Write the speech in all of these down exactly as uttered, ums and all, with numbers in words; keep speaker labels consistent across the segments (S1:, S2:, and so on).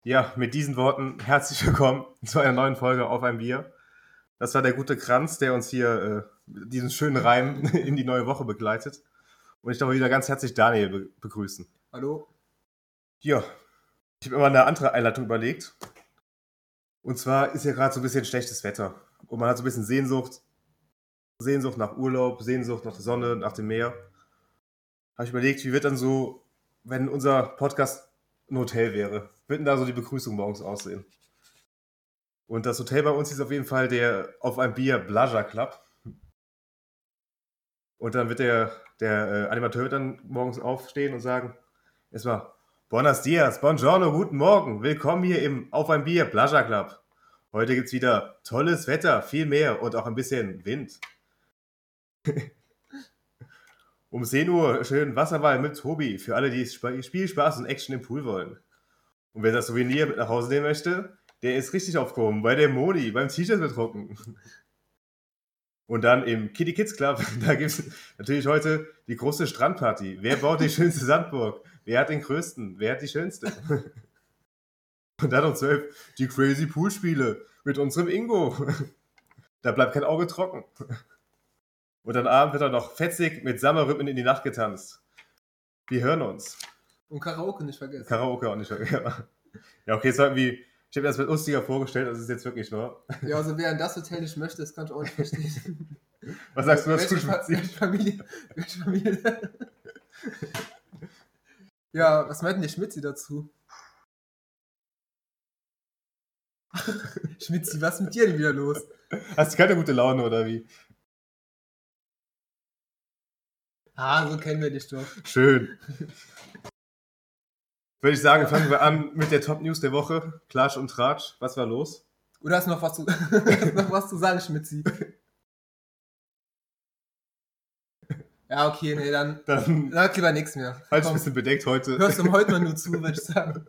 S1: Ja, mit diesen Worten herzlich willkommen zu einer neuen Folge Auf ein Bier. Das war der gute Kranz, der uns hier äh, diesen schönen Reim in die neue Woche begleitet. Und ich darf wieder ganz herzlich Daniel be- begrüßen.
S2: Hallo.
S1: Ja, ich habe mir mal eine andere Einleitung überlegt. Und zwar ist ja gerade so ein bisschen schlechtes Wetter. Und man hat so ein bisschen Sehnsucht. Sehnsucht nach Urlaub, Sehnsucht nach der Sonne, nach dem Meer. Habe ich überlegt, wie wird dann so, wenn unser Podcast ein Hotel wäre, wird denn da so die Begrüßung morgens aussehen? Und das Hotel bei uns ist auf jeden Fall der Auf ein Bier Blaja Club. Und dann wird der, der äh, Animateur dann morgens aufstehen und sagen, erstmal, Buenos dias, buongiorno, guten Morgen, willkommen hier im Auf ein Bier Blaja Club. Heute gibt's wieder tolles Wetter, viel Meer und auch ein bisschen Wind. Um zehn Uhr schön Wasserball mit Tobi für alle, die Sp- Spielspaß und Action im Pool wollen. Und wer das Souvenir mit nach Hause nehmen möchte, der ist richtig aufgehoben bei der Moni, beim T-Shirt bedrucken. Und dann im Kitty Kids Club, da gibt es natürlich heute die große Strandparty. Wer baut die schönste Sandburg? Wer hat den größten? Wer hat die schönste? Und dann um zwölf die Crazy Poolspiele mit unserem Ingo. Da bleibt kein Auge trocken. Und dann Abend wird dann noch fetzig mit Summer-Rhythmen in die Nacht getanzt. Wir hören uns.
S2: Und Karaoke nicht vergessen.
S1: Karaoke auch nicht vergessen. Ja, ja okay, es war irgendwie, ich habe mir das mit lustiger vorgestellt, das ist jetzt wirklich nur.
S2: Ja, also wer in das Hotel nicht möchte, das kann ich auch nicht verstehen.
S1: Was sagst du dazu?
S2: Welche, Fa- welche Familie? Welche Familie? Ja, was meint denn der Schmitzi dazu? Schmitzi, was ist mit dir denn wieder los?
S1: Hast du keine gute Laune oder wie?
S2: Ah, so kennen wir dich doch.
S1: Schön. Würde ich sagen, fangen wir an mit der Top-News der Woche. Klatsch und Tratsch. Was war los?
S2: Oder hast du noch was zu, hast noch was zu sagen, Schmitzi? Ja, okay, nee, dann,
S1: Dann
S2: sag lieber nichts mehr.
S1: halt ein
S2: Komm,
S1: bisschen bedeckt heute.
S2: hörst du heute mal nur zu, würde ich sagen.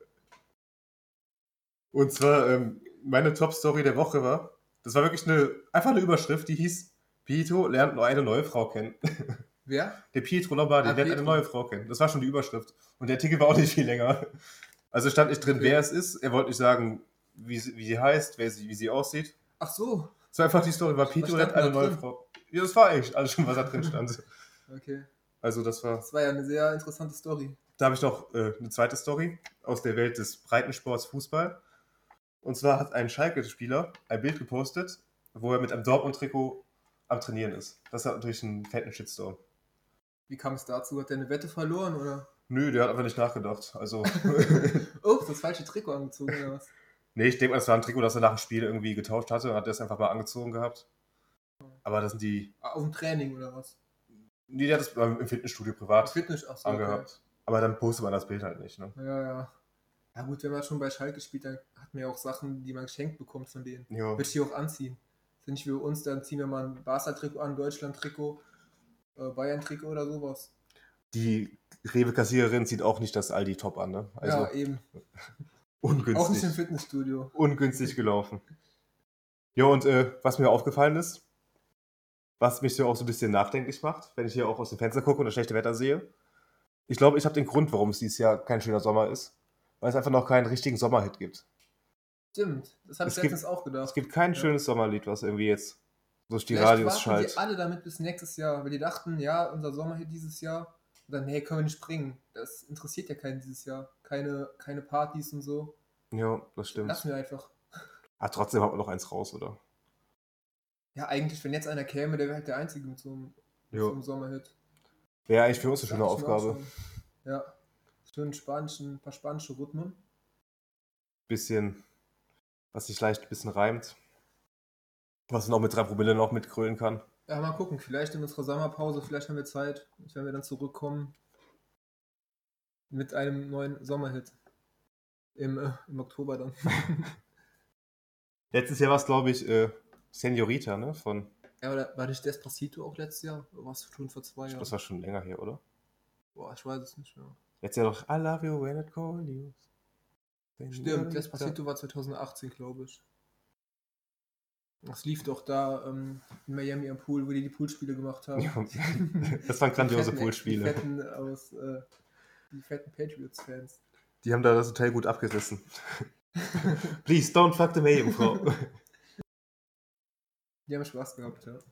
S1: Und zwar, ähm, meine Top-Story der Woche war, das war wirklich eine, einfach eine Überschrift, die hieß, Pietro lernt nur eine neue Frau kennen.
S2: Wer?
S1: Der Pietro Lombardi
S2: Ah,
S1: lernt eine
S2: Pietro.
S1: neue Frau kennen. Das war schon die Überschrift. Und der Artikel war auch nicht viel länger. Also stand nicht drin,
S2: Okay.
S1: wer es ist. Er wollte nicht sagen, wie sie, wie sie heißt, wer sie, wie sie aussieht.
S2: Ach so.
S1: Es war einfach die Story, war Pietro
S2: stand
S1: lernt eine
S2: da
S1: neue
S2: drin?
S1: Frau. Ja, das war eigentlich alles schon, was da drin stand.
S2: Okay.
S1: Also das war...
S2: Das war ja eine sehr interessante Story.
S1: Da habe ich noch äh, eine zweite Story aus der Welt des Breitensports Fußball. Und zwar hat ein Schalke-Spieler ein Bild gepostet, wo er mit einem Dortmund-Trikot am Trainieren ist. Das hat natürlich einen fetten Shitstorm.
S2: Wie kam es dazu? Hat der eine Wette verloren oder?
S1: Nö, der hat einfach nicht nachgedacht. Also,
S2: Ups, das falsche Trikot angezogen oder was?
S1: nee, ich denke mal, das war ein Trikot, das er nach dem Spiel irgendwie getauscht hatte und hat das einfach mal angezogen gehabt. Aber das sind die...
S2: Ah, auf dem Training oder was?
S1: Nee, der hat das beim- im Fitnessstudio privat
S2: Fitness, ach so,
S1: angehabt. Aber dann postet man das Bild halt nicht, ne?
S2: Okay. Ja, ja. Ja gut, wenn man schon bei Schalke spielt, dann hat man ja auch Sachen, die man geschenkt bekommt von denen.
S1: Ja.
S2: Würde ich die auch anziehen. Sind nicht wie uns, dann ziehen wir mal ein Barca-Trikot an, Deutschland-Trikot, äh, Bayern-Trikot oder sowas.
S1: Die Rewe-Kassiererin zieht auch nicht das Aldi-Top an, ne? Also
S2: Ja, eben.
S1: ungünstig.
S2: Auch nicht im Fitnessstudio.
S1: Ungünstig gelaufen. Ja, und äh, was mir aufgefallen ist, was mich so auch so ein bisschen nachdenklich macht, wenn ich hier auch aus dem Fenster gucke und das schlechte Wetter sehe. Ich glaube, ich habe den Grund, warum es dieses Jahr kein schöner Sommer ist, weil es einfach noch keinen richtigen Sommerhit gibt.
S2: Stimmt, das habe ich
S1: Es gibt-
S2: letztens auch gedacht.
S1: Es gibt kein
S2: Ja.
S1: schönes Sommerlied, was irgendwie jetzt durch die
S2: Vielleicht
S1: Radios
S2: warten
S1: schallt.
S2: die alle damit bis nächstes Jahr, weil die dachten, ja, unser Sommerhit dieses Jahr. Und dann, nee, können wir nicht bringen. Das interessiert ja keinen dieses Jahr. Keine, keine Partys und so.
S1: Ja, das stimmt.
S2: Lassen wir einfach.
S1: Ah, trotzdem hat man noch eins raus, oder?
S2: Ja, eigentlich, wenn jetzt einer käme, der wäre halt der Einzige mit so einem, mit so
S1: Ja.
S2: einem Sommerhit.
S1: Wäre eigentlich für uns eine schöne
S2: Dachte ich mir auch
S1: Aufgabe.
S2: schon. Ja. Schön spanischen, ein paar spanische Rhythmen.
S1: Bisschen, was sich leicht ein bisschen reimt. Was man auch mit drei Promille noch mitkrölen kann.
S2: Ja, mal gucken. Vielleicht in unserer Sommerpause, vielleicht haben wir Zeit, wenn wir dann zurückkommen mit einem neuen Sommerhit. Im, äh, im Oktober dann.
S1: Letztes Jahr war es, glaube ich, äh, Senorita, ne? Von,
S2: Ja, aber war nicht Despacito auch letztes Jahr? Oder war es schon vor zwei Jahren?
S1: das war schon länger her, oder?
S2: Boah, ich weiß es nicht mehr.
S1: Letztes Jahr doch I love you when it call you.
S2: Stimmt, Despacito war zwanzig achtzehn, glaube ich. Das lief doch da ähm, in Miami am Pool, wo die die Poolspiele gemacht haben.
S1: Ja, das waren grandiose
S2: Die fetten-
S1: Poolspiele.
S2: Die fetten, aus, äh, die fetten Patriots-Fans.
S1: Die haben da das Hotel gut abgerissen. Please don't fuck the Meerjungfrau.
S2: Die haben Spaß gehabt, ja.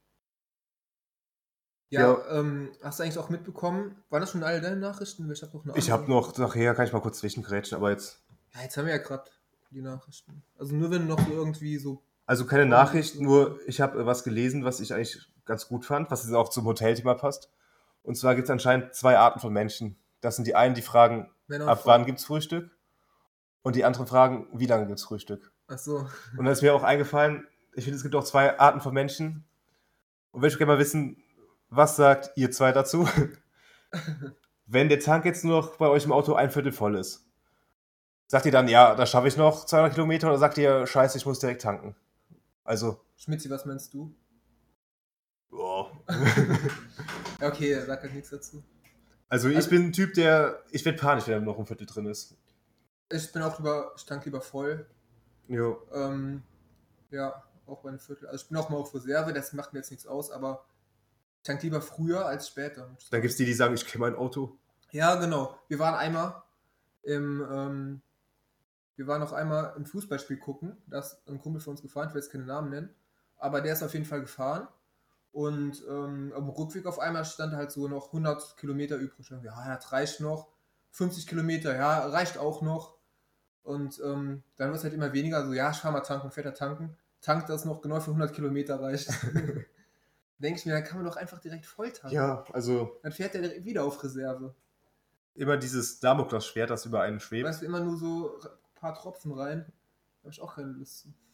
S1: Ja.
S2: Ja, ähm, hast du eigentlich auch mitbekommen, waren das schon alle deine Nachrichten? Ich habe noch eine
S1: Ich habe
S2: andere.
S1: noch, nachher kann ich mal kurz zwischengrätschen, aber jetzt.
S2: Ja, jetzt haben wir ja gerade die Nachrichten. Also nur wenn du noch so irgendwie so.
S1: Also keine
S2: Oh,
S1: Nachricht,
S2: so.
S1: nur ich habe äh, was gelesen, was ich eigentlich ganz gut fand, was jetzt auch zum Hotelthema passt. Und zwar gibt es anscheinend zwei Arten von Menschen. Das sind die einen, die fragen,
S2: Männer und
S1: ab
S2: Frauen.
S1: wann gibt's Frühstück? Und die anderen fragen, wie lange gibt's Frühstück?
S2: Ach so.
S1: Und da ist mir auch eingefallen, ich finde, es gibt auch zwei Arten von Menschen. Und würde ich gerne mal wissen, was sagt ihr zwei dazu? Wenn der Tank jetzt nur noch bei euch im Auto ein Viertel voll ist, sagt ihr dann, ja, da schaffe ich noch zweihundert Kilometer, oder sagt ihr, scheiße, ich muss direkt tanken? Also,
S2: Schmitzi, was meinst du?
S1: oh.
S2: Ja, okay, sag halt nichts dazu.
S1: Also ich
S2: Also-
S1: bin ein Typ, der, ich werde panisch, wenn noch ein Viertel drin ist.
S2: Ich bin auch lieber, ich tank lieber voll.
S1: Jo.
S2: Ähm, ja, auch bei einem Viertel. Also ich bin auch mal auf Reserve, das macht mir jetzt nichts aus, aber ich tank lieber früher als später. muss ich
S1: Dann
S2: sagen.
S1: gibt es die, die sagen, ich kenne mein Auto.
S2: Ja, genau. Wir waren einmal im, ähm, wir waren noch einmal ein Fußballspiel gucken. Da ist ein Kumpel von uns gefahren, ich will jetzt keine Namen nennen, aber der ist auf jeden Fall gefahren. Und ähm, am Rückweg auf einmal stand halt so noch hundert Kilometer übrig. Ja, das reicht noch. fünfzig Kilometer, ja, reicht auch noch. Und ähm, dann wird es halt immer weniger. So, ja, ich fahr mal tanken, fährt er tanken. Tankt das noch genau für hundert Kilometer reicht. Denke ich mir, dann kann man doch einfach direkt voll tanken.
S1: Ja, also
S2: Dann fährt er direkt wieder auf Reserve.
S1: immer dieses Damoklesschwert, das über einen schwebt.
S2: Weißt du, immer nur so ein paar Tropfen rein. Da habe ich auch keine Lust zu.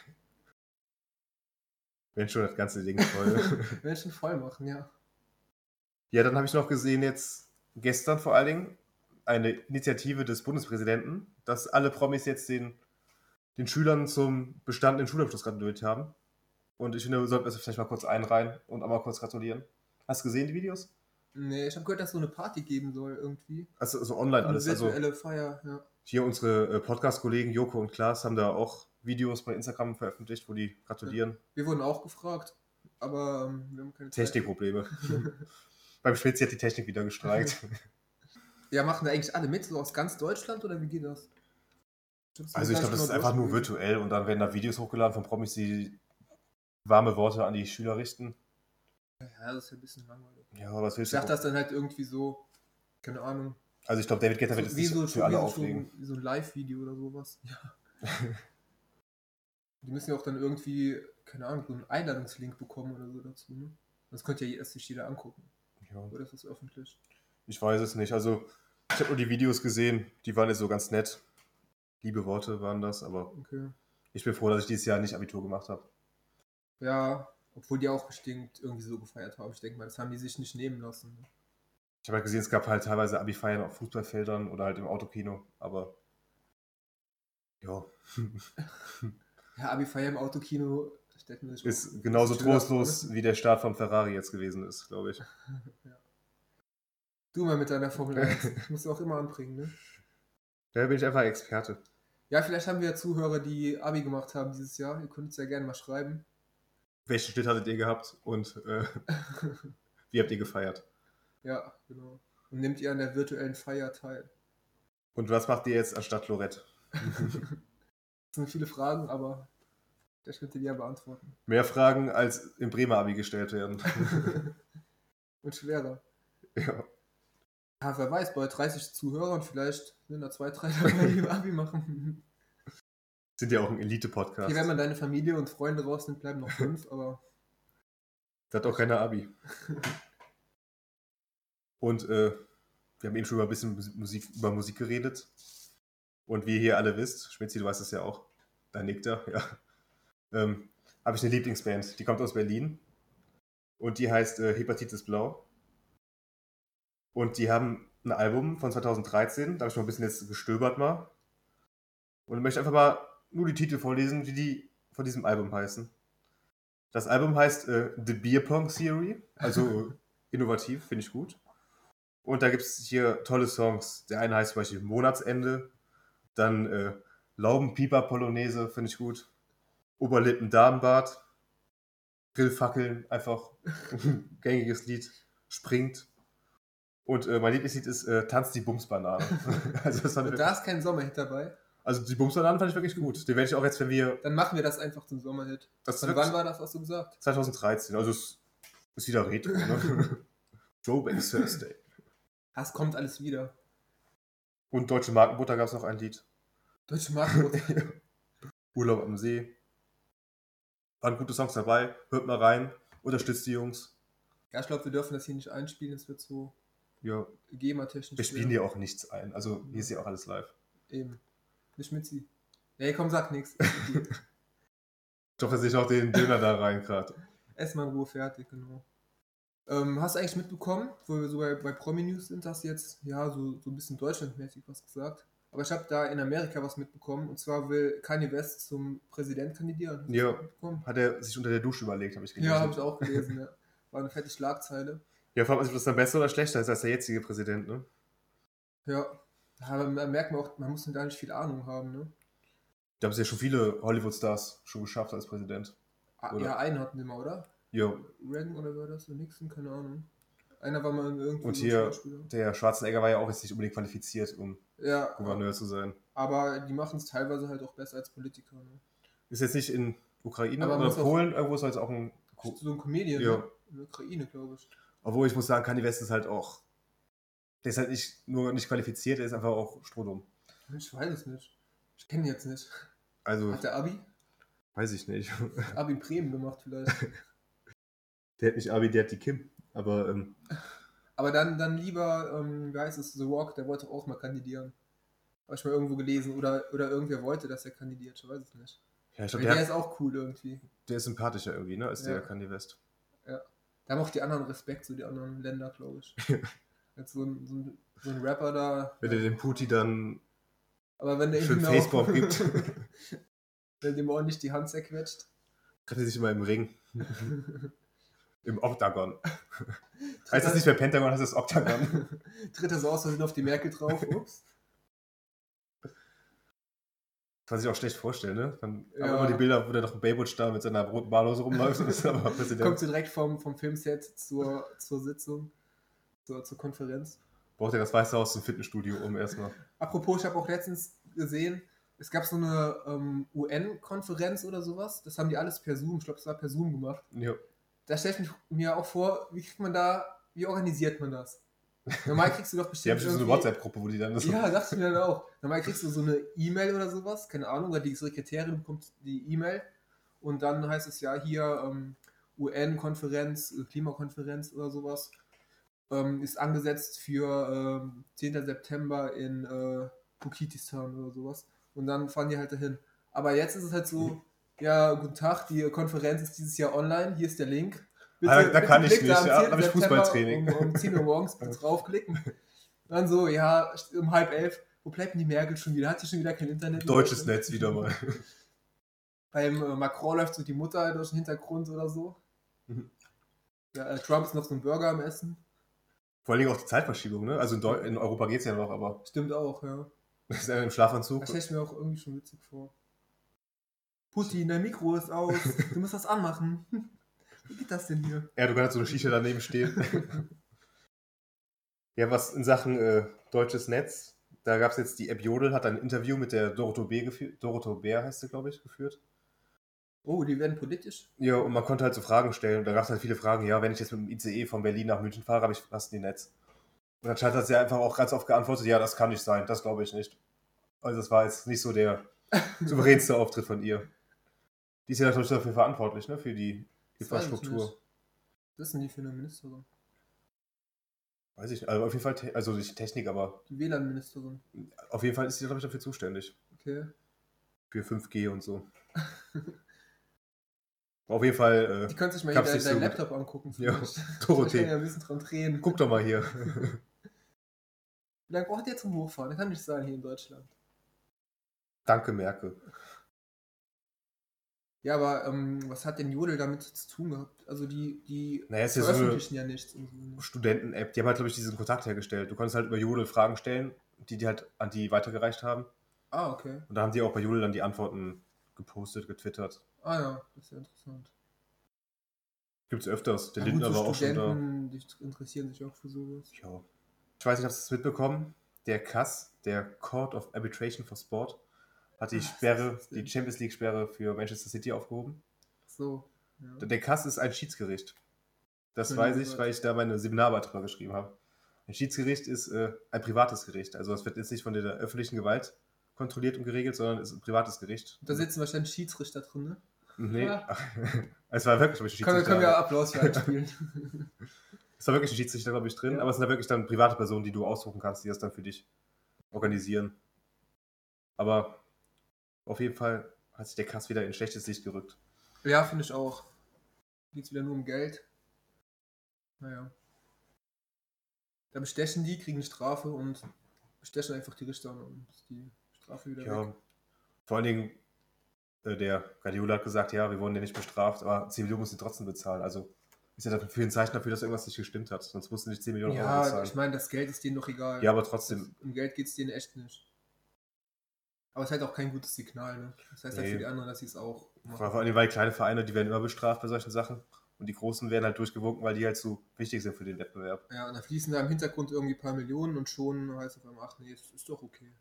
S1: Wenn schon das ganze Ding voll.
S2: Menschen voll machen, ja.
S1: Ja, dann habe ich noch gesehen jetzt, gestern vor allen Dingen, eine Initiative des Bundespräsidenten, dass alle Promis jetzt den, den Schülern zum bestandenen Schulabschluss gratuliert haben. Und ich finde, wir sollten das vielleicht mal kurz einreihen und auch mal kurz gratulieren. Hast du gesehen, die Videos?
S2: Nee, ich habe gehört, dass es so eine Party geben soll irgendwie.
S1: Also, also online
S2: Eine
S1: alles. Also
S2: virtuelle Feier, ja.
S1: hier unsere äh, Podcast-Kollegen Joko und Klaas haben da auch Videos bei Instagram veröffentlicht, wo die gratulieren.
S2: Wir wurden auch gefragt, aber ähm, wir haben keine Zeit.
S1: Technikprobleme. Beim Spezi hat die Technik wieder gestreikt.
S2: Ja, machen da eigentlich alle mit, so aus ganz Deutschland oder wie geht das?
S1: Also ich glaube, das ist einfach nur virtuell und dann werden da Videos hochgeladen von Promis, die warme Worte an die Schüler richten.
S2: Ja, das ist ja ein bisschen langweilig.
S1: Ja, aber was
S2: Ich
S1: willst du?
S2: dachte, das dann halt irgendwie so, keine Ahnung,
S1: Also ich glaube, David Guetta wird
S2: so,
S1: jetzt
S2: wie
S1: nicht
S2: so,
S1: für alle
S2: wie so,
S1: auflegen.
S2: wie so ein Live-Video oder sowas. Ja. Die müssen ja auch dann irgendwie, keine Ahnung, so einen Einladungslink bekommen oder so dazu. Ne? Das könnte ja erst sich jeder angucken.
S1: Ja,
S2: Oder ist das öffentlich?
S1: ich weiß es nicht. Also ich habe nur die Videos gesehen, die waren jetzt so ganz nett. Liebe Worte waren das, aber
S2: Okay.
S1: ich bin froh, dass ich dieses Jahr nicht Abitur gemacht habe.
S2: Ja, obwohl die auch bestimmt irgendwie so gefeiert haben. Ich denke mal, das haben die sich nicht nehmen lassen.
S1: Ich habe halt gesehen, es gab halt teilweise Abi-Feiern auf Fußballfeldern oder halt im Autokino, aber ja,
S2: Ja, Abi-Feier im Autokino, da stellt man sich auch
S1: ist genauso
S2: ein bisschen schöner
S1: trostlos,
S2: vor,
S1: wie der Start von Ferrari jetzt gewesen ist, glaube ich.
S2: ne? Ja. Du mal mit deiner Formel eins. Das musst du auch immer anbringen, ne?
S1: Da bin ich einfach Experte.
S2: Ja, vielleicht haben wir ja Zuhörer, die Abi gemacht haben dieses Jahr. Ihr könnt es ja gerne mal schreiben.
S1: Welchen Schnitt hattet ihr gehabt und äh, wie habt ihr gefeiert?
S2: Ja, genau. Und nehmt ihr an der virtuellen Feier teil?
S1: Und was macht ihr jetzt anstatt Lorette?
S2: Das sind viele Fragen, aber das könnt ihr ja beantworten.
S1: Mehr Fragen als im Bremer Abi gestellt werden.
S2: Und schwerer.
S1: Ja.
S2: Ja, wer weiß, bei dreißig Zuhörern vielleicht sind da zwei, drei dabei, die Abi machen.
S1: Sind ja auch ein Elite-Podcast.
S2: Okay, wenn man deine Familie und Freunde rausnimmt, bleiben noch fünf, aber
S1: Das hat auch keiner Abi. Und äh, wir haben eben schon über ein bisschen Musik, über Musik geredet. Und wie ihr hier alle wisst, Schmitzi, du weißt es ja auch, da nickt er, ja. Ähm, habe ich eine Lieblingsband, die kommt aus Berlin. Und die heißt äh, Hepatitis Blau. Und die haben ein Album von zweitausenddreizehn, da habe ich noch ein bisschen jetzt gestöbert mal. Und ich möchte einfach mal nur die Titel vorlesen, wie die von diesem Album heißen. Das Album heißt äh, The Beer Pong Theory, also innovativ, finde ich gut. Und da gibt es hier tolle Songs. Der eine heißt zum Beispiel Monatsende, dann äh, Laubenpieper Polonaise, finde ich gut. Oberlippen Damenbart, Grillfackeln, einfach ein gängiges Lied, springt. Und äh, mein Lieblingslied ist äh, Tanz die Bumsbanane. Also das war
S2: und
S1: eine,
S2: da ist kein Sommerhit dabei.
S1: Also die Bumsbananen fand ich wirklich gut. Den werde ich auch jetzt, wenn wir...
S2: Dann machen wir das einfach zum Sommerhit.
S1: Das
S2: Und wann war das, hast du gesagt?
S1: zwanzig dreizehn, also es ist wieder Retro, ne? Throwback Thursday.
S2: Das kommt alles wieder.
S1: Und Deutsche Markenbutter gab es noch ein Lied.
S2: Deutsche Markenbutter.
S1: Urlaub am See. Waren gute Songs dabei. Hört mal rein. Unterstützt die Jungs.
S2: Ja, ich glaube, wir dürfen das hier nicht einspielen. Es wird so
S1: Ja.
S2: G E M A-technisch.
S1: Wir spielen hier auch nichts ein. Also hier ist ja auch alles live.
S2: Eben. Nicht mit sie. Nee, komm, sag nichts.
S1: Doch, dass ich auch den Döner da rein gerade.
S2: Ess mal in Ruhe fertig, genau. Ähm, hast du eigentlich mitbekommen, wo wir so bei, bei Promi-News sind, hast du jetzt ja so, so ein bisschen deutschlandmäßig was gesagt. Aber ich habe da in Amerika was mitbekommen. Und zwar will Kanye West zum Präsident kandidieren. Hast
S1: Ja, hat er sich unter der Dusche überlegt, habe ich gelesen.
S2: Ja, habe ich auch gelesen, ja. War eine fette Schlagzeile.
S1: Ja, fragt man sich, ob das dann besser oder schlechter ist als der jetzige Präsident, ne?
S2: Ja, aber man merkt man auch, man muss gar nicht viel Ahnung haben, ne?
S1: Da haben es ja schon viele Hollywood-Stars schon geschafft als Präsident.
S2: Ah,
S1: Oder?
S2: ja, einen hatten wir mal, oder?
S1: Ja.
S2: Reagan oder war das? Oder Nixon? Keine Ahnung. Einer war mal irgendwie
S1: Und
S2: so
S1: hier,
S2: Schauspieler.
S1: der Schwarzenegger war ja auch jetzt nicht unbedingt qualifiziert, um
S2: Ja,
S1: Gouverneur zu sein.
S2: aber die machen es teilweise halt auch besser als Politiker, ne?
S1: Ist jetzt nicht in Ukraine
S2: Aber man
S1: oder
S2: muss auch-
S1: Polen, irgendwo soll es auch ein... Ko-
S2: So ein Comedian,
S1: Ja.
S2: ne? In der Ukraine, glaube ich.
S1: Obwohl ich muss sagen, Kanye West ist halt auch... Der ist halt nicht nur nicht qualifiziert, der ist einfach auch strohdumm.
S2: Ich weiß es nicht. Ich kenne ihn jetzt nicht.
S1: Also,
S2: Hat der Abi?
S1: weiß ich nicht.
S2: Abi in Bremen gemacht vielleicht.
S1: Der hat nicht Abi, der hat die Kim. Aber, ähm,
S2: Aber dann, dann lieber, ähm, wie heißt es, The Rock, der wollte auch mal kandidieren. Habe ich mal irgendwo gelesen. Oder, oder irgendwer wollte, dass er kandidiert. Ich weiß es nicht.
S1: ja, ich
S2: Aber
S1: glaube,
S2: der
S1: der,
S2: ist auch cool irgendwie.
S1: der ist sympathischer irgendwie, ne, als
S2: Ja.
S1: der Kanye West.
S2: Da haben auch die anderen Respekt, so die anderen Länder, glaube ich. Jetzt so ein, so, ein, so ein Rapper da.
S1: Wenn der den Putin dann
S2: Aber wenn der
S1: schön
S2: ihm auch-
S1: Facepalm gibt,
S2: wenn dem ordentlich die Hand zerquetscht.
S1: trifft er sich immer im Ring. Im Oktagon.
S2: Tritt
S1: Heißt das
S2: er-
S1: nicht mehr Pentagon, heißt das Oktagon.
S2: Tritt er so aus, Versehen auf die Merkel drauf. Ups.
S1: Kann sich auch schlecht vorstellen, ne? Dann
S2: Ja.
S1: haben immer die Bilder, wo der noch ein Baywatch da mit seiner roten Badehose rumläuft und ist aber Präsident.
S2: Kommt so direkt vom, vom Filmset zur, zur Sitzung, zur, zur Konferenz.
S1: Braucht er das Weiße Haus zum Fitnessstudio um erstmal.
S2: Apropos, ich habe auch letztens gesehen, es gab so eine ähm, U N-Konferenz oder sowas. Das haben die alles per Zoom, ich glaube, das war per Zoom gemacht.
S1: Ja.
S2: Da stelle ich mich mir auch vor, wie kriegt man da, wie organisiert man das? Normal kriegst du doch
S1: Die
S2: bestimmt
S1: haben schon so eine
S2: irgendwie-
S1: WhatsApp-Gruppe, wo die dann das
S2: Ja, dachte ich mir dann auch. Normal kriegst du so eine E-Mail oder sowas, keine Ahnung, oder die Sekretärin bekommt die E-Mail und dann heißt es ja hier ähm, U N-Konferenz, äh, Klimakonferenz oder sowas, ähm, ist angesetzt für ähm, zehnten September in äh, Bukistan oder sowas. Und dann fahren die halt dahin. Aber jetzt ist es halt so, ja, guten Tag, die Konferenz ist dieses Jahr online, hier ist der Link.
S1: Ah, da kann ich
S2: klickt
S1: nicht,
S2: am
S1: ja, da
S2: zehnten
S1: hab ich
S2: September
S1: Fußballtraining.
S2: Um, um zehn Uhr morgens bitte draufklicken. Dann so, ja, um halb elf, wo bleibt denn die Merkel schon wieder? Hat die schon wieder kein Internet?
S1: Deutsches Netz wieder mal.
S2: Beim äh, Macron läuft so die Mutter durch den Hintergrund oder so.
S1: Mhm.
S2: Ja, äh, Trump ist noch so ein Burger am Essen.
S1: Vor allen Dingen auch die Zeitverschiebung, ne? Also in, Deu in Europa geht's ja noch, aber
S2: Stimmt auch, ja.
S1: ist er im Schlafanzug.
S2: Das stelle ich mir auch irgendwie schon witzig vor. Putin, dein Mikro ist aus. Du musst das anmachen. Wie geht das denn hier?
S1: Ja, du kannst so eine Shisha daneben stehen. Ja, was in Sachen äh, deutsches Netz, da gab es jetzt die App Jodel, hat ein Interview mit der Dorothee Bär geführt. Dorothee Bär heißt sie, glaube ich, geführt.
S2: Oh, die werden politisch?
S1: Ja, und man konnte halt so Fragen stellen. Und da gab es halt viele Fragen. Ja, wenn ich jetzt mit dem I C E von Berlin nach München fahre, habe ich fast ein Netz. Und anscheinend hat sie einfach auch ganz oft geantwortet, ja, das kann nicht sein, das glaube ich nicht. Also das war jetzt nicht so der souveränste Auftritt von ihr. Die ist ja natürlich dafür verantwortlich, ne, für die
S2: Das weiß ich
S1: Infrastruktur.
S2: nicht. Was ist denn die für eine Ministerin?
S1: Weiß ich nicht, also auf jeden Fall, te- also nicht Technik, aber
S2: Die W L A N-Ministerin.
S1: auf jeden Fall ist sie, glaube ich, dafür zuständig.
S2: Okay.
S1: Für fünf G und so. Auf jeden Fall,
S2: Die
S1: äh,
S2: könnte sich mal
S1: Gab's
S2: hier
S1: nicht
S2: deinen
S1: so gut.
S2: Laptop angucken.
S1: Ja,
S2: vielleicht. Ich
S1: Dorothee.
S2: kann ja ein bisschen dran drehen.
S1: guck doch mal hier.
S2: Wie lange braucht ihr zum Hochfahren? Das kann nicht sein hier in Deutschland.
S1: Danke, Merkel.
S2: Ja, aber ähm, was hat denn Jodel damit zu tun gehabt? Also die, die
S1: Naja, es ist ja so eine
S2: veröffentlichen ja nichts. Und so.
S1: Studenten-App. Die haben halt, glaube ich, diesen Kontakt hergestellt. Du konntest halt über Jodel Fragen stellen, die die halt an die weitergereicht haben.
S2: Ah, okay.
S1: Und da haben die auch bei Jodel dann die Antworten gepostet, getwittert.
S2: Ah ja, das ist ja interessant.
S1: Gibt's öfters. Der
S2: Ja, gut,
S1: Lindner
S2: so
S1: war auch schon da.
S2: Studenten, die interessieren sich auch für sowas.
S1: Ja. Ich weiß nicht, hast du es mitbekommen? Der C A S, der Court of Arbitration for Sport, hat die
S2: Was
S1: Sperre,
S2: ist das denn?
S1: die Champions League-Sperre für Manchester City aufgehoben.
S2: So. Ja.
S1: Der Kass ist ein Schiedsgericht. Das
S2: Noch
S1: weiß
S2: nie
S1: ich,
S2: gehört.
S1: weil ich da meine Seminararbeit drüber geschrieben habe. Ein Schiedsgericht ist äh, ein privates Gericht. Also es wird jetzt nicht von der öffentlichen Gewalt kontrolliert und geregelt, sondern es ist ein privates Gericht.
S2: Da sitzen wahrscheinlich Schiedsrichter drin, ne?
S1: Nee,
S2: Ja.
S1: es war wirklich ein
S2: Können wir,
S1: Schiedsrichter.
S2: können wir Applaus für einspielen.
S1: Es war wirklich ein Schiedsrichter, glaube ich, drin,
S2: Ja.
S1: aber es sind da wirklich dann private Personen, die du aussuchen kannst, die das dann für dich organisieren. Aber auf jeden Fall hat sich der Kass wieder in ein schlechtes Licht gerückt.
S2: Ja, finde ich auch. Geht es wieder nur um Geld. Naja. Da bestechen die, kriegen eine Strafe und bestechen einfach die Richter und ist die Strafe wieder
S1: Ja,
S2: weg.
S1: vor allen Dingen, äh, der Guardiola hat gesagt, ja, wir wurden ja nicht bestraft, aber zehn Millionen müssen sie trotzdem bezahlen. Also ist ja dafür ein Zeichen dafür, dass irgendwas nicht gestimmt hat. Sonst mussten sie nicht zehn Millionen Euro
S2: Ja,
S1: bezahlen.
S2: ich meine, das Geld ist denen doch egal.
S1: Ja, aber trotzdem.
S2: Das, um Geld geht es denen echt nicht. Aber es ist halt auch kein gutes Signal, ne? Das heißt halt
S1: Nee.
S2: für die anderen, dass sie es auch machen.
S1: Vor allem, weil kleine Vereine, die werden immer bestraft bei solchen Sachen. Und die Großen werden halt durchgewunken, weil die halt so wichtig sind für den Wettbewerb.
S2: Ja, und da fließen da im Hintergrund irgendwie ein paar Millionen und schon heißt es auf einmal, ach nee, das ist doch okay.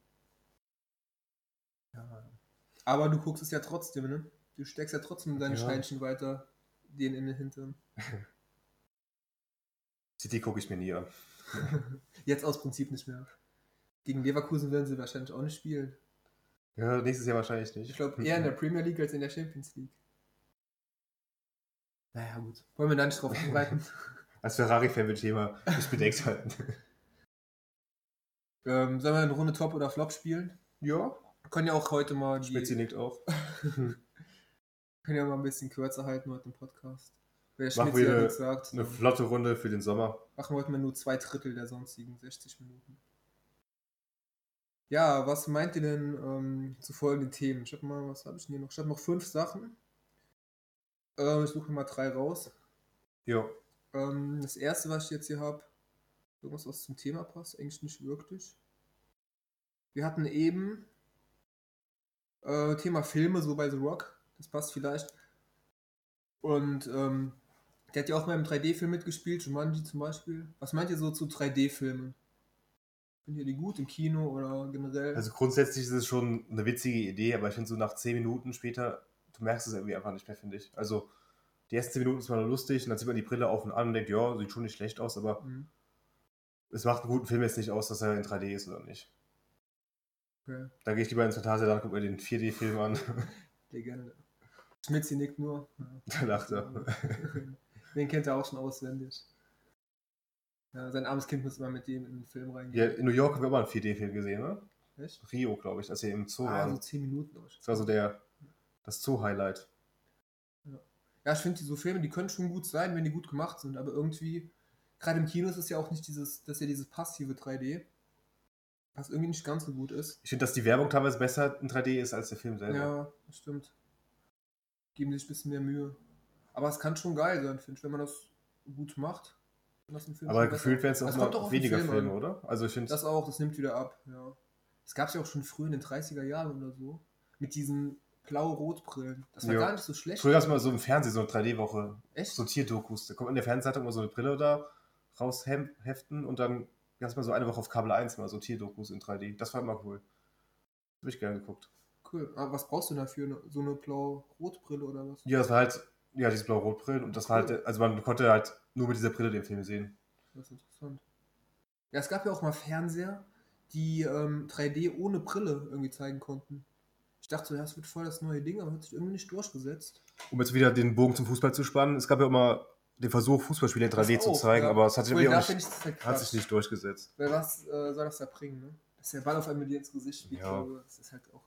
S2: Ja. Aber du guckst es ja trotzdem, ne? Du steckst ja trotzdem deine
S1: Ja.
S2: Steinchen weiter, denen in den Hintern.
S1: City gucke ich mir nie an.
S2: Jetzt aus Prinzip nicht mehr. Gegen Leverkusen werden sie wahrscheinlich auch nicht spielen.
S1: Ja, nächstes Jahr wahrscheinlich nicht.
S2: Ich glaube eher in der Premier League als in der Champions League. Naja, gut. Wollen wir da nicht drauf vorbereiten?
S1: Als Ferrari-Fan will ich immer nicht bedeckt halten.
S2: ähm, sollen wir eine Runde Top oder Flop spielen?
S1: Ja.
S2: Wir können ja auch heute mal die...
S1: Spitzi nickt auch.
S2: können ja mal ein bisschen kürzer halten heute im Podcast. Wer der
S1: Machen
S2: Schmitz ja
S1: wir
S2: nichts sagt,
S1: eine
S2: dann
S1: flotte Runde für den Sommer.
S2: machen wir heute mal nur zwei Drittel der sonstigen sechzig Minuten. Ja, was meint ihr denn ähm, zu folgenden Themen? Ich habe mal, was habe ich denn hier noch? Ich habe noch fünf Sachen. Ähm, ich suche mal drei raus.
S1: Jo.
S2: Ähm, das erste, was ich jetzt hier habe, irgendwas, was zum Thema passt, eigentlich nicht wirklich. Wir hatten eben äh, Thema Filme, so bei The Rock. Das passt vielleicht. Und ähm, der hat ja auch mal im drei D-Film mitgespielt, Jumanji zum Beispiel. Was meint ihr so zu drei D-Filmen? Findet ihr die gut im Kino oder generell?
S1: Also grundsätzlich ist es schon eine witzige Idee, aber ich finde so nach zehn Minuten später, du merkst es irgendwie einfach nicht mehr, finde ich. Also die ersten zehn Minuten ist mal lustig und dann zieht man die Brille auf und an und denkt, ja, sieht schon nicht schlecht aus, aber
S2: Mhm.
S1: es macht einen guten Film jetzt nicht aus, dass er in drei D ist oder nicht.
S2: Okay.
S1: Da gehe ich lieber ins Phantasialand, dann gucke mir den vier D-Film an.
S2: Legende. Schmitzi nickt nur. Ja.
S1: Da lacht er.
S2: Den kennt er auch schon auswendig. Ja, sein armes Kind muss immer mit dem in den Film
S1: Ja,
S2: reingehen.
S1: in New York haben wir auch mal einen vier D-Film gesehen, ne?
S2: Echt?
S1: Rio, glaube ich, als wir im Zoo
S2: Ah,
S1: waren.
S2: so zehn Minuten. Durch.
S1: Das war so der, das Zoo-Highlight.
S2: Ja, ich finde, so Filme, die können schon gut sein, wenn die gut gemacht sind, aber irgendwie, gerade im Kino ist es ja auch nicht dieses, das ist ja dieses passive drei D, was irgendwie nicht ganz so gut ist.
S1: Ich finde, dass die Werbung teilweise besser in drei D ist als der Film selber.
S2: Ja, das stimmt. Geben sich ein bisschen mehr Mühe. Aber es kann schon geil sein, finde ich, wenn man das gut macht. Dann ist ein Film
S1: Aber
S2: schon
S1: gefühlt
S2: besser.
S1: werden es auch
S2: Das
S1: mal
S2: kommt auch auf den
S1: weniger
S2: Film
S1: Filme,
S2: an.
S1: oder? Also ich finde,
S2: Das auch, das nimmt wieder ab, ja. Das gab es ja auch schon früh in den dreißiger Jahren oder so. Mit diesen blau-rot-Brillen. Das war
S1: Ja.
S2: gar nicht so schlecht.
S1: früher gab es mal so im Fernsehen so eine drei D-Woche,
S2: Echt?
S1: so Tierdokus. Da kommt in der Fernsehzeitung mal so eine Brille da rausheften und dann gab es mal so eine Woche auf Kabel eins mal so Tierdokus in drei D. Das war immer cool. Das habe ich gerne geguckt.
S2: Cool. Aber was brauchst du dafür? Ne- So eine blau-rot-Brille oder was?
S1: Ja, das war halt, ja, diese blau-rot-Brillen und das war
S2: Cool.
S1: halt, also man konnte halt nur mit dieser Brille den Film sehen.
S2: Das ist interessant. Ja, es gab ja auch mal Fernseher, die ähm, drei D ohne Brille irgendwie zeigen konnten. Ich dachte so, ja, das wird voll das neue Ding, aber hat sich irgendwie nicht durchgesetzt.
S1: Um jetzt wieder den Bogen zum Fußball zu spannen, es gab ja immer den Versuch, Fußballspiele in drei D
S2: Das
S1: zu
S2: auch,
S1: zeigen,
S2: ja.
S1: aber es hat sich,
S2: Obwohl,
S1: irgendwie
S2: da
S1: auch
S2: finde
S1: nicht,
S2: ich das halt
S1: hat
S2: Quatsch.
S1: sich nicht durchgesetzt.
S2: Weil was äh, soll das da bringen, ne? Dass der Ball auf einmal dir ins Gesicht fliegt.
S1: Ja.
S2: oder so, Das ist halt auch.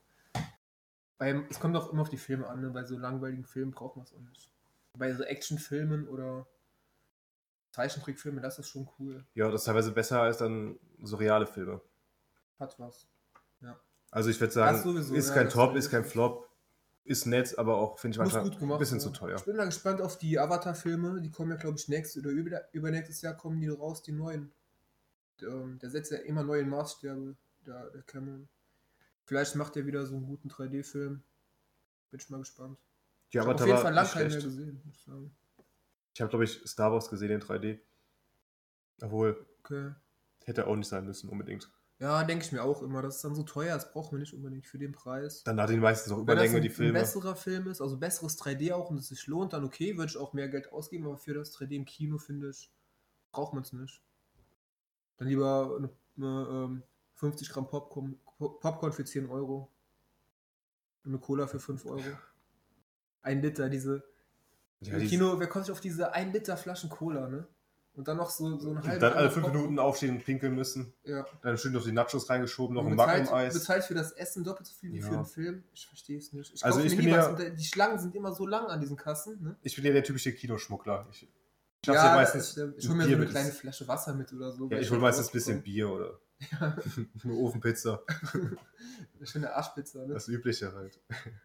S2: Beim, es kommt auch immer auf die Filme an, ne? Bei so langweiligen Filmen braucht man es auch nicht. Bei so Actionfilmen oder Zeichentrickfilmen, das ist schon cool.
S1: Ja, das ist teilweise besser als dann so reale Filme.
S2: Hat was.
S1: Also ich würde
S2: Das
S1: sagen,
S2: sowieso,
S1: ist
S2: ja,
S1: kein
S2: das
S1: Top,
S2: sowieso.
S1: ist kein Flop, ist nett, aber auch, finde ich,
S2: Muss
S1: manchmal
S2: gut gemacht
S1: ein bisschen
S2: sein.
S1: zu teuer.
S2: Ich bin mal gespannt auf die Avatar-Filme. Die kommen ja, glaube ich, nächstes oder über, übernächstes Jahr kommen die raus, die neuen. Der, der setzt ja immer neue Maßstäbe, der, der Cameron. Vielleicht macht er wieder so einen guten drei D-Film. Bin ich mal gespannt.
S1: Die
S2: Ich habe auf
S1: Avatar
S2: jeden
S1: war
S2: Fall lange
S1: nicht
S2: keinen mehr
S1: schlecht.
S2: gesehen, muss ich sagen.
S1: Ich habe, glaube ich, Star Wars gesehen in drei D. Obwohl,
S2: Okay.
S1: hätte auch nicht sein müssen, unbedingt.
S2: Ja, denke ich mir auch immer. Das ist dann so teuer, das brauchen wir nicht unbedingt für den Preis.
S1: Dann hat die meistens auch
S2: Wenn das
S1: Überlänge,
S2: ein,
S1: die
S2: ein
S1: Filme.
S2: besserer Film ist, also besseres drei D auch und es sich lohnt, dann okay, würde ich auch mehr Geld ausgeben, aber für das drei D im Kino, finde ich, braucht man es nicht. Dann lieber eine, eine, ähm, fünfzig Gramm Popcorn, Pop- Popcorn für zehn Euro. Und eine Cola für fünf Euro. Ein Liter, diese.
S1: Ja,
S2: Im
S1: die,
S2: Kino, wer kommt sich auf diese ein Liter Flaschen Cola, ne? Und dann noch so, so einen
S1: und
S2: halben
S1: dann alle
S2: Eimer
S1: fünf
S2: Popcorn.
S1: Minuten aufstehen und pinkeln müssen.
S2: Ja.
S1: Dann schön noch die Nachos reingeschoben, noch
S2: Und
S1: ein
S2: bezahlt,
S1: Magnum-Eis.
S2: bezahlt für das Essen doppelt so viel wie
S1: Ja.
S2: für einen Film. Ich verstehe es nicht. Ich
S1: Also
S2: kauf
S1: ich
S2: mir
S1: bin
S2: nie
S1: ja-
S2: was und die Schlangen sind immer so lang an diesen Kassen, ne?
S1: Ich bin ja der typische Kinoschmuggler. Ich, ich schaff's
S2: Ja,
S1: ja meistens.
S2: stimmt. Ich
S1: ein
S2: hole mir so
S1: Bier
S2: eine
S1: mit-
S2: kleine Flasche Wasser mit oder so.
S1: Ja,
S2: weil
S1: ich hole
S2: halt
S1: meistens ein bisschen
S2: rauskomme.
S1: Bier oder
S2: Ja,
S1: eine Ofenpizza.
S2: eine schöne Arschpizza, ne?
S1: Das Übliche halt.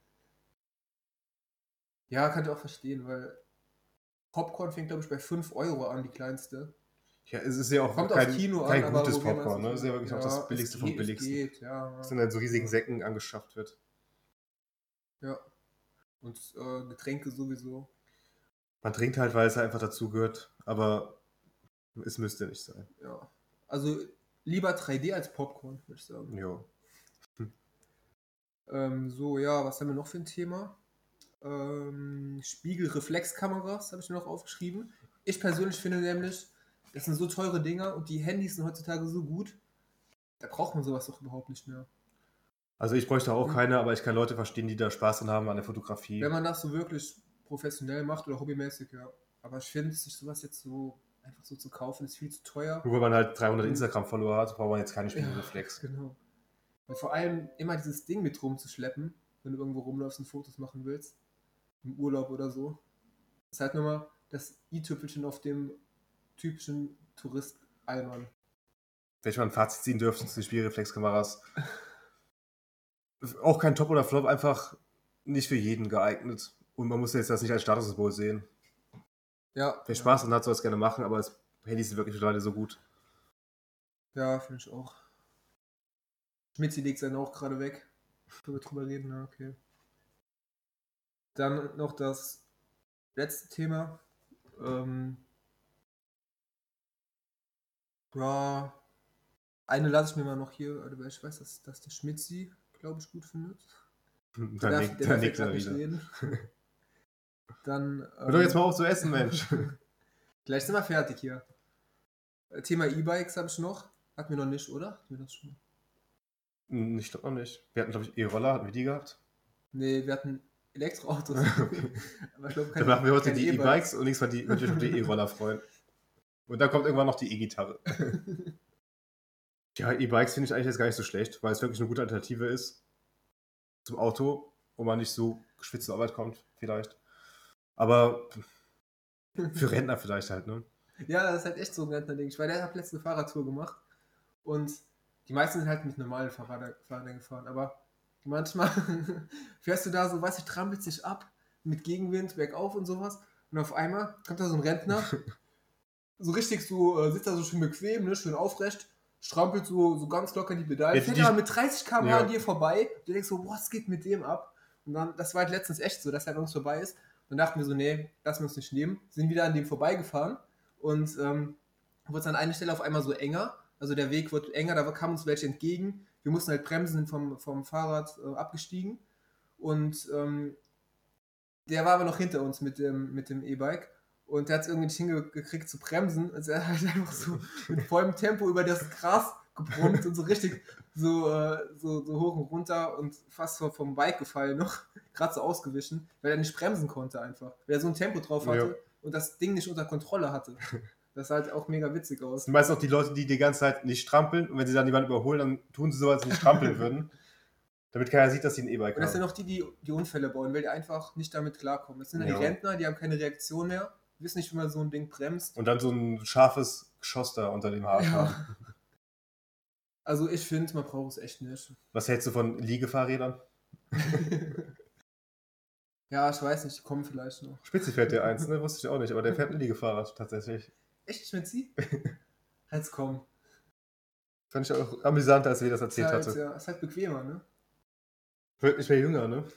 S2: Ja, kann ich auch verstehen, weil Popcorn fängt, glaube ich, bei fünf Euro an, die kleinste.
S1: Ja, es ist ja auch
S2: Kommt
S1: kein,
S2: aufs Kino
S1: kein
S2: an, aber
S1: gutes
S2: wo wir
S1: Popcorn, ne?
S2: meistens-
S1: Es ist ja wirklich auch
S2: Ja,
S1: das
S2: es
S1: Billigste vom
S2: geht, es
S1: Billigsten.
S2: Geht, ja.
S1: Das in so riesigen Säcken angeschafft wird.
S2: Ja. Und äh, Getränke sowieso.
S1: Man trinkt halt, weil es halt einfach dazu gehört, aber es müsste nicht sein.
S2: Ja. Also lieber drei D als Popcorn, würde ich sagen.
S1: Jo.
S2: Ähm, so, ja, was haben wir noch für ein Thema? Ähm, Spiegelreflexkameras habe ich mir noch aufgeschrieben. Ich persönlich finde nämlich, das sind so teure Dinger und die Handys sind heutzutage so gut, da braucht man sowas doch überhaupt nicht mehr.
S1: Also ich bräuchte auch
S2: Mhm.
S1: keine, aber ich kann Leute verstehen, die da Spaß dran haben an der Fotografie.
S2: Wenn man das so wirklich professionell macht oder hobbymäßig, ja. Aber ich finde, sich sowas jetzt so einfach so zu kaufen, ist viel zu teuer.
S1: Nur weil man halt dreihundert
S2: Mhm.
S1: Instagram-Follower hat, braucht man jetzt keine
S2: Ja,
S1: Spiegelreflex.
S2: genau. Und vor allem immer dieses Ding mit rumzuschleppen, wenn du irgendwo rumläufst und Fotos machen willst, im Urlaub oder so. Das ist halt nochmal das i-Tüpfelchen auf dem typischen Tourist-Allmann.
S1: Wenn ich mal ein Fazit ziehen dürfte zu den Spiegelreflexkameras. Auch kein Top oder Flop, einfach nicht für jeden geeignet. Und man muss jetzt das nicht als Statussymbol sehen.
S2: Ja,
S1: Wer Spaß dran hat, soll es gerne machen, aber das Handy ist wirklich mittlerweile so gut.
S2: ja, finde ich auch. Schmitzi legt seinen auch gerade weg. Können wir drüber reden? Na, okay. Dann noch das letzte Thema. Ähm, ja, eine lasse ich mir mal noch hier, weil ich weiß, dass, dass der Schmitzi, glaube ich, gut findet.
S1: Dann
S2: Der darf,
S1: nickt
S2: der
S1: dann
S2: darf
S1: nickt
S2: jetzt
S1: er
S2: nicht
S1: wieder.
S2: reden. Dann.
S1: Hör doch jetzt mal auf zu essen, Mensch.
S2: Gleich sind wir fertig hier. Äh, Thema E-Bikes habe ich noch. Hatten wir noch nicht, oder? Hatten wir das schon?
S1: Hm, Ich glaube noch nicht. Wir hatten, glaube ich, E-Roller, hatten wir die gehabt?
S2: Nee, wir hatten Elektroautos.
S1: Okay.
S2: Aber ich glaube,
S1: Dann machen wir heute
S2: keine
S1: die
S2: E-Bikes.
S1: E-Bikes und nächstes Mal die, würde ich auf die E-Roller freuen. Und dann kommt irgendwann noch die E-Gitarre. Ja, E-Bikes finde ich eigentlich jetzt gar nicht so schlecht, weil es wirklich eine gute Alternative ist zum Auto, wo man nicht so geschwitzt zur Arbeit kommt, vielleicht. Aber für Rentner vielleicht halt, ne?
S2: Ja, das ist halt echt so ein Rentner-Ding. Weil der hat letzte eine Fahrradtour gemacht und die meisten sind halt mit normalen Fahrrädern, Fahrrädern gefahren, aber manchmal fährst du da so, weißt du, trampelst dich ab mit Gegenwind, bergauf und sowas und auf einmal kommt da so ein Rentner, so richtig so, äh, sitzt da so schön bequem, ne, schön aufrecht, strampelt so, so ganz locker die Pedale,
S1: Ja,
S2: fährt
S1: die-
S2: aber mit dreißig Kilometer pro Stunde
S1: Ja.
S2: an dir vorbei, du denkst so, was geht mit dem ab? Und dann, das war halt letztens echt so, dass er an uns vorbei ist. Dann dachten wir so, nee, lassen wir uns nicht nehmen. Sind wieder an dem vorbeigefahren und ähm, wurde es an einer Stelle auf einmal so enger. Also der Weg wird enger, da kamen uns welche entgegen. Wir mussten halt bremsen, sind vom, vom Fahrrad äh, abgestiegen. Und ähm, der war aber noch hinter uns mit dem, mit dem E-Bike. Und der hat es irgendwie nicht hingekriegt zu bremsen. Also er hat einfach so mit vollem Tempo über das Gras gebrummt und so richtig so, äh, so, so hoch und runter und fast vom- vom Bike gefallen noch. Gerade so ausgewichen, weil er nicht bremsen konnte einfach. Weil er so ein Tempo drauf hatte
S1: Ja.
S2: und das Ding nicht unter Kontrolle hatte. Das sah halt auch mega witzig aus.
S1: Das sind meist auch die Leute, die die ganze Zeit nicht strampeln und wenn sie dann jemanden überholen, dann tun sie so, als sie nicht strampeln würden. Damit keiner sieht, dass sie ein E-Bike
S2: Und das sind
S1: haben.
S2: auch die, die die Unfälle bauen, weil die einfach nicht damit klarkommen. Das sind dann
S1: Ja.
S2: die Rentner, die haben keine Reaktion mehr, wissen nicht, wie man so ein Ding bremst.
S1: Und dann so ein scharfes Geschoss da unter dem Haar haben.
S2: Ja. Also ich finde, man braucht es echt nicht.
S1: Was hältst du von Liegefahrrädern?
S2: Ja, ich weiß nicht, die kommen vielleicht noch.
S1: Spitzi fährt der eins, ne? Wusste ich auch nicht, aber der fährt ein Liegefahrrad tatsächlich.
S2: Echt mit sie? Jetzt komm.
S1: Fand ich auch amüsanter, als wir das
S2: Ist
S1: erzählt
S2: halt,
S1: hatte.
S2: ja, ist halt bequemer, ne?
S1: Wird nicht mehr jünger, ne?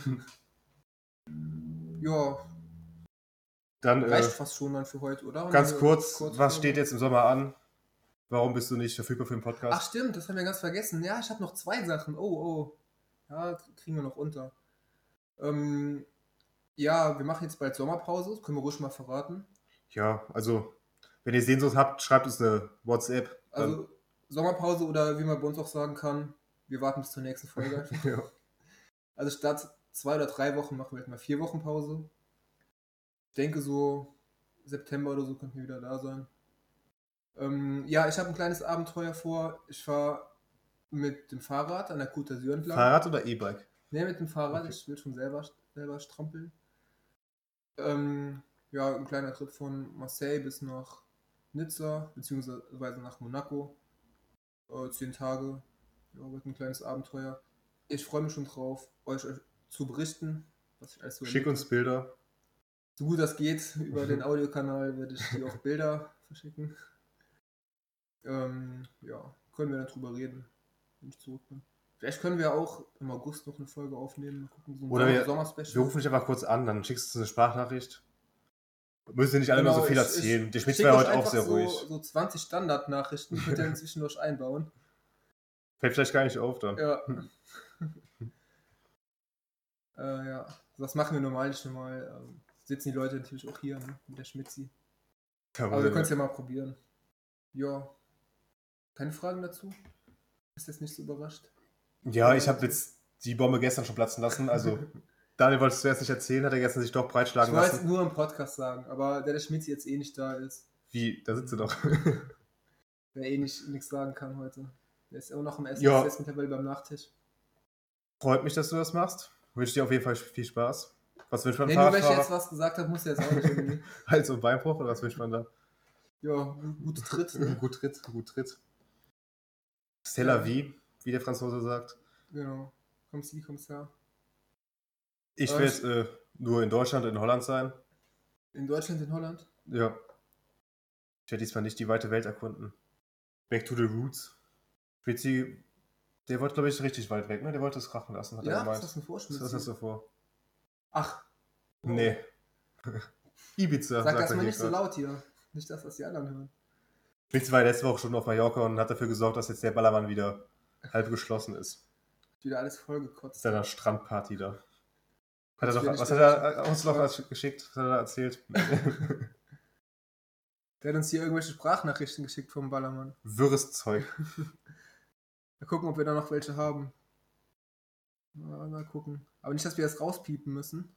S2: Ja,
S1: Dann äh,
S2: reicht fast schon dann für heute, oder?
S1: ganz
S2: Eine
S1: kurz, was
S2: Kurzfolge.
S1: steht jetzt im Sommer an? Warum bist du nicht verfügbar für den
S2: Ach
S1: Podcast?
S2: stimmt, das haben wir ganz vergessen. Ja, ich habe noch zwei Sachen. Oh, oh. Ja, kriegen wir noch unter. Ähm, ja, wir machen jetzt bald Sommerpause. Das können wir ruhig mal verraten.
S1: Ja, also, wenn ihr Sehnsucht habt, schreibt uns eine WhatsApp. Dann,
S2: Also Sommerpause oder wie man bei uns auch sagen kann, wir warten bis zur nächsten Folge.
S1: ja.
S2: Also statt zwei oder drei Wochen machen wir jetzt mal vier Wochen Pause. Ich denke so September oder so könnten wir wieder da sein. Ähm, ja, ich habe ein kleines Abenteuer vor. Ich fahre mit dem Fahrrad an der Côte d'Azur entlang.
S1: Fahrrad oder E-Bike?
S2: Ne, mit dem Fahrrad.
S1: Okay.
S2: Ich will schon selber, selber strampeln. Ähm, ja, ein kleiner Trip von Marseille bis nach Nizza, beziehungsweise nach Monaco. Äh, zehn Tage. Ja, wird ein kleines Abenteuer. Ich freue mich schon drauf, euch zu berichten, was ich alles so
S1: Schick
S2: erlebt
S1: uns
S2: habe.
S1: Bilder.
S2: So gut das geht, über den Audiokanal werde ich dir auch Bilder verschicken. Ähm, ja, können wir dann drüber reden, wenn ich zurück bin. Vielleicht können wir auch im August noch eine Folge aufnehmen. Mal gucken, so ein
S1: Oder wir,
S2: Sommerspecial.
S1: wir rufen dich einfach kurz an, dann schickst du eine Sprachnachricht. Müssen nicht alle
S2: Genau,
S1: immer so viel
S2: ich-
S1: erzählen.
S2: ich
S1: Der Schmitz
S2: schick
S1: war
S2: euch
S1: heute auch
S2: einfach
S1: sehr
S2: so,
S1: ruhig.
S2: So zwanzig Standardnachrichten könnt ihr dann zwischendurch einbauen.
S1: Fällt vielleicht gar nicht auf dann.
S2: Ja. äh, ja, das machen wir normal nicht normal. Ähm, sitzen die Leute natürlich auch hier, ne, mit der Schmitzi.
S1: Ja,
S2: Aber wir
S1: wohl,
S2: können es ja mal probieren. Ja. Keine Fragen dazu? Ist jetzt nicht so überrascht?
S1: ja, ich habe jetzt die Bombe gestern schon platzen lassen. Also, Daniel wollte es zuerst nicht erzählen, hat er gestern sich doch
S2: Ich
S1: breitschlagen
S2: wollte es
S1: lassen.
S2: nur im Podcast sagen, aber der der Schmitzi jetzt eh nicht da ist,
S1: Wie? Da sitzt du doch.
S2: der eh nicht nichts sagen kann heute. Der ist immer noch im Essen,
S1: Ja.
S2: ist jetzt mittlerweile beim Nachtisch.
S1: Freut mich, dass du das machst. Wünsche dir auf jeden Fall viel Spaß. Was wünscht man
S2: Nee, nur weil ich
S1: Fahrradfahrer?
S2: jetzt was gesagt habe, muss er jetzt auch nicht irgendwie.
S1: Hals- und Beinbruch oder was wünscht man da?
S2: Ja, gut Tritt. Ne?
S1: Gut Tritt, gut Tritt. C'est la vie, wie der Franzose sagt.
S2: Genau. Kommst du, kommst her.
S1: Ich
S2: Ähm,
S1: werde äh, nur in Deutschland, in Holland sein.
S2: In Deutschland, in Holland?
S1: Ja. Ich werde diesmal nicht die weite Welt erkunden. Back to the roots. Spitzi, der wollte, glaube ich, richtig weit weg, ne? Der wollte es krachen lassen, hat er
S2: Ja,
S1: gemeint.
S2: was hast du denn vor,
S1: Was
S2: Schmitzi?
S1: was hast du vor?
S2: Ach.
S1: Nee. Ibiza,
S2: Sag
S1: sagt
S2: das
S1: er
S2: mal
S1: hier
S2: nicht so
S1: grad.
S2: laut hier. Nicht, dass das die anderen hören.
S1: Spitzi war letzte Woche schon auf Mallorca und hat dafür gesorgt, dass jetzt der Ballermann wieder halb geschlossen ist.
S2: Wieder alles vollgekotzt.
S1: Seiner Strandparty da. Hat er
S2: Ich will
S1: doch,
S2: nicht
S1: was hat
S2: mehr-
S1: er uns noch was geschickt? Was hat er da erzählt?
S2: Der hat uns hier irgendwelche Sprachnachrichten geschickt vom Ballermann.
S1: Wirres Zeug.
S2: Mal gucken, ob wir da noch welche haben. Mal, mal gucken. Aber nicht, dass wir das rauspiepen müssen.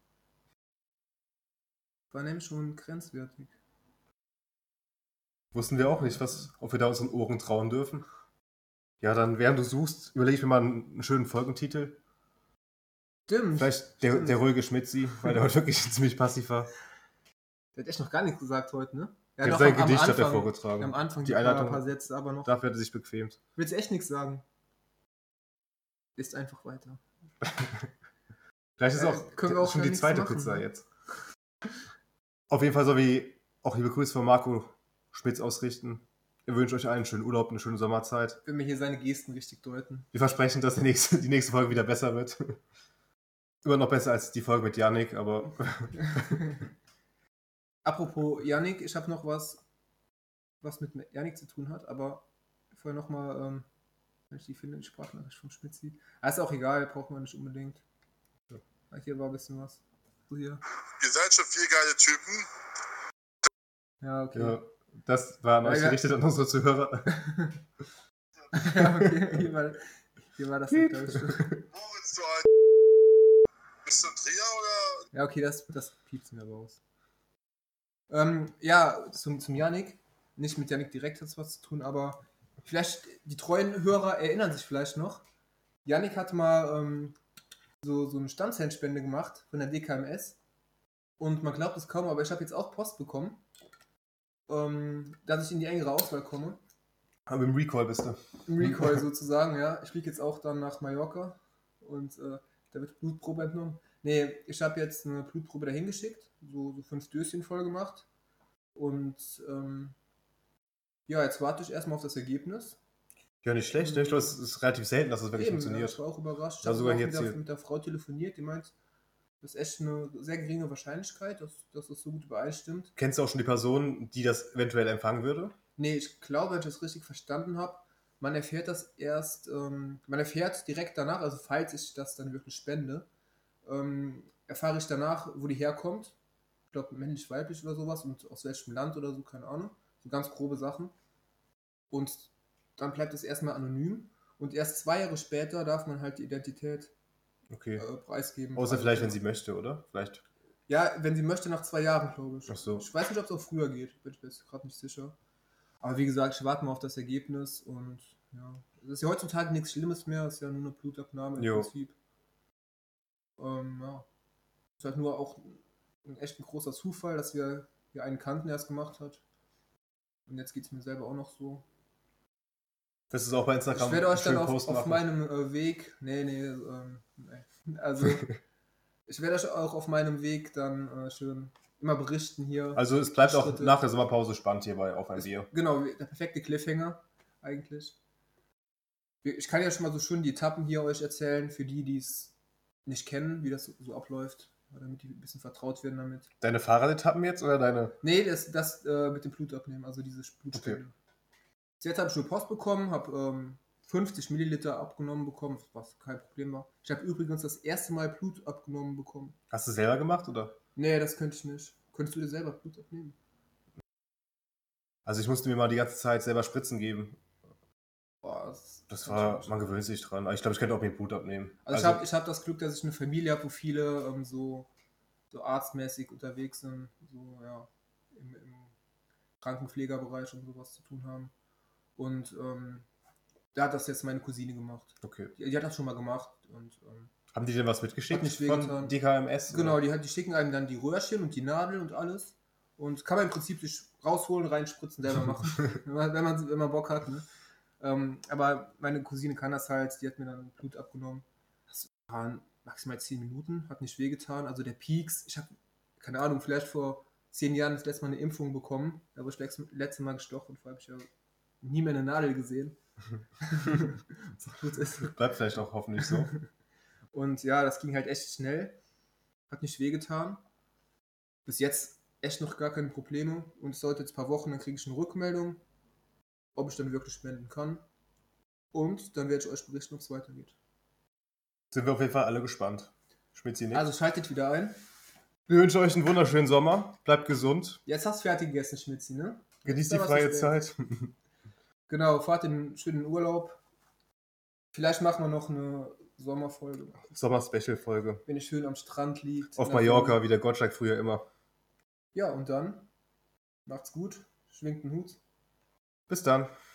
S2: War nämlich schon grenzwertig.
S1: Wussten wir auch nicht, was, ob wir da unseren Ohren trauen dürfen. Ja, dann, während du suchst, überlege ich mir mal einen, einen schönen Folgentitel.
S2: Stimmt.
S1: Vielleicht der,
S2: Stimmt.
S1: der ruhige Schmitzi, weil der heute wirklich ziemlich passiv war.
S2: Der hat echt noch gar nichts gesagt heute, ne?
S1: Ja,
S2: doch
S1: sein
S2: am- am
S1: Gedicht hat er
S2: Anfang-
S1: vorgetragen.
S2: Am Anfang
S1: Die
S2: die, paar,
S1: Einleitung-
S2: paar Sätze, aber noch.
S1: Dafür hat er sich bequemt.
S2: Willst echt nichts sagen? Ist einfach weiter.
S1: Vielleicht ist
S2: Äh,
S1: auch,
S2: können wir auch
S1: schon
S2: ja
S1: die
S2: nichts
S1: zweite
S2: machen,
S1: Pizza
S2: ne?
S1: jetzt. Auf jeden Fall soll wir auch liebe Grüße von Marco Schmitz ausrichten. Wir wünschen euch einen schönen Urlaub, eine schöne Sommerzeit.
S2: Wenn wir hier seine Gesten richtig deuten.
S1: Wir versprechen, dass die nächste, die nächste Folge wieder besser wird. Immer noch besser als die Folge mit Yannick, aber
S2: Apropos Yannick, ich habe noch was, was mit Yannick zu tun hat, aber vorher nochmal, ähm, wenn ich die finde, die Sprachnachricht vom Schmitzi. Ah, ist auch egal, braucht man nicht unbedingt. Ah, hier war ein bisschen was. So hier.
S3: Ihr seid schon vier geile Typen.
S2: Ja, okay.
S1: ja, das war an
S2: Ja,
S1: euch
S2: ja.
S1: gerichtet, an unsere Zuhörer.
S2: Ja, okay. Hier war, hier war das nicht Deutsch.
S3: Moritz, du ein. Bist du ein Trier oder?
S2: Ja, okay, das, das piepsen wir raus. Ähm, ja, zum, zum Yannick. Nicht mit Yannick direkt hat es was zu tun, aber vielleicht, die treuen Hörer erinnern sich vielleicht noch. Yannick hat mal ähm, so, so eine Stammzellenspende gemacht von der D K M S. Und man glaubt es kaum, aber ich habe jetzt auch Post bekommen, ähm, dass ich in die engere Auswahl komme.
S1: Aber im Recall bist du.
S2: Im Recall sozusagen, ja. Ich fliege jetzt auch dann nach Mallorca und äh, da wird Blutprobe entnommen. Nee, ich habe jetzt eine Blutprobe dahin geschickt, so, so fünf Döschen voll gemacht. Und ähm, ja, jetzt warte ich erstmal auf das Ergebnis.
S1: Ja, nicht schlecht, ne? Ich glaube, es ist relativ selten, dass es wirklich
S2: Eben, ja,
S1: funktioniert.
S2: ich war auch überrascht. Ich
S1: Ja,
S2: habe
S1: sogar
S2: auch
S1: hier
S2: mit der,
S1: zählt.
S2: mit der Frau telefoniert, die meint, das ist echt eine sehr geringe Wahrscheinlichkeit, dass, dass das so gut übereinstimmt.
S1: Kennst du auch schon die Person, die das eventuell empfangen würde?
S2: Nee, ich glaube, wenn ich das richtig verstanden habe, man erfährt das erst, ähm, man erfährt direkt danach, also falls ich das dann wirklich spende, ähm, erfahre ich danach, wo die herkommt. Ich glaube, männlich, weiblich oder sowas und aus welchem Land oder so, keine Ahnung. So ganz grobe Sachen. Und dann bleibt es erstmal anonym. Und erst zwei Jahre später darf man halt die Identität
S1: Okay.
S2: äh, preisgeben.
S1: Außer
S2: Also,
S1: vielleicht, wenn sie möchte, oder? Vielleicht.
S2: Ja, wenn sie möchte, nach zwei Jahren, glaube ich.
S1: Ach so.
S2: Ich weiß nicht, ob es auch früher geht. Bin ich mir jetzt gerade nicht sicher. Aber wie gesagt, ich warte mal auf das Ergebnis. Und ja, es ist ja heutzutage nichts Schlimmes mehr. Es ist ja nur eine Blutabnahme im
S1: Jo.
S2: Prinzip. Ähm, ja. Es ist halt nur auch ein echt ein großer Zufall, dass wir hier einen kannten, der es gemacht hat. Und jetzt geht es mir selber auch noch so.
S1: Das ist auch bei Instagram
S2: Ich werde euch
S1: einen
S2: dann
S1: schönen
S2: auf,
S1: Post
S2: auf
S1: machen.
S2: meinem äh, Weg, nee, nee, ähm, nee. Also ich werde euch auch auf meinem Weg dann äh, schön immer berichten hier.
S1: Also es bleibt auch
S2: Schritte.
S1: nach der Sommerpause spannend hierbei auf ein
S2: Ist-
S1: Bier.
S2: Genau, der perfekte Cliffhanger eigentlich. Ich kann ja schon mal so schön die Etappen hier euch erzählen, für die, die es nicht kennen, wie das so, so abläuft, damit die ein bisschen vertraut werden damit.
S1: Deine Fahrradetappen jetzt oder deine?
S2: Nee, das, das äh, mit dem Blut abnehmen, also diese Blutspende.
S1: Okay.
S2: Jetzt habe ich nur Post bekommen, habe ähm, fünfzig Milliliter abgenommen bekommen, was kein Problem war. Ich habe übrigens das erste Mal Blut abgenommen bekommen.
S1: Hast du selber gemacht oder?
S2: Nee, das könnte ich nicht. Könntest du dir selber Blut abnehmen?
S1: Also ich musste mir mal die ganze Zeit selber Spritzen geben.
S2: Boah, das
S1: Das
S2: kann
S1: war,
S2: ich nicht.
S1: man gewöhnt sich dran. Aber ich glaube, ich könnte auch mit Blut abnehmen.
S2: Also, ich habe ich hab das Glück, dass ich eine Familie habe, wo viele ähm, so, so arztmäßig unterwegs sind, so ja, im, im Krankenpflegerbereich und sowas zu tun haben. Und ähm, da hat das jetzt meine Cousine gemacht.
S1: Okay.
S2: Die, die hat das schon mal gemacht und ähm,
S1: Haben die denn was mitgeschickt
S2: Hat nicht
S1: von
S2: wehgetan.
S1: D K M S?
S2: genau,
S1: oder?
S2: die, hat- die schicken einem dann die Röhrchen und die Nadel und alles. Und kann man im Prinzip sich rausholen, reinspritzen, selber machen, wenn, man, wenn, man, wenn man Bock hat. Ne? Ähm, aber meine Cousine kann das halt, die hat mir dann Blut abgenommen. Das waren maximal zehn Minuten, hat nicht wehgetan. Also der Peaks, ich habe, keine Ahnung, vielleicht vor zehn Jahren das letzte Mal eine Impfung bekommen. Da wurde ich das letzte Mal gestochen, vorher habe ich ja nie mehr eine Nadel gesehen. So gut ist.
S1: Bleibt vielleicht auch hoffentlich so.
S2: Und ja, das ging halt echt schnell. Hat nicht wehgetan. Bis jetzt echt noch gar keine Probleme. Und es dauert jetzt ein paar Wochen, dann kriege ich eine Rückmeldung, ob ich dann wirklich spenden kann. Und dann werde ich euch berichten, ob es weitergeht.
S1: Sind wir auf jeden Fall alle gespannt. Schmitzi nicht.
S2: Also schaltet wieder ein.
S1: Wir wünschen euch einen wunderschönen Sommer. Bleibt gesund.
S2: Jetzt hast du fertig gegessen, Schmitzi, ne?
S1: Genießt
S2: Ist da
S1: die
S2: was
S1: freie
S2: zu spenden?
S1: Zeit.
S2: Genau, fahrt in einen schönen Urlaub. Vielleicht machen wir noch eine Sommerfolge,
S1: Sommer-Special-Folge.
S2: wenn ihr schön am Strand liegt.
S1: Auf
S2: in der
S1: Mallorca,
S2: Sonne.
S1: wie der Gottschalk früher immer.
S2: Ja, und dann macht's gut, schwingt den Hut.
S1: Bis dann.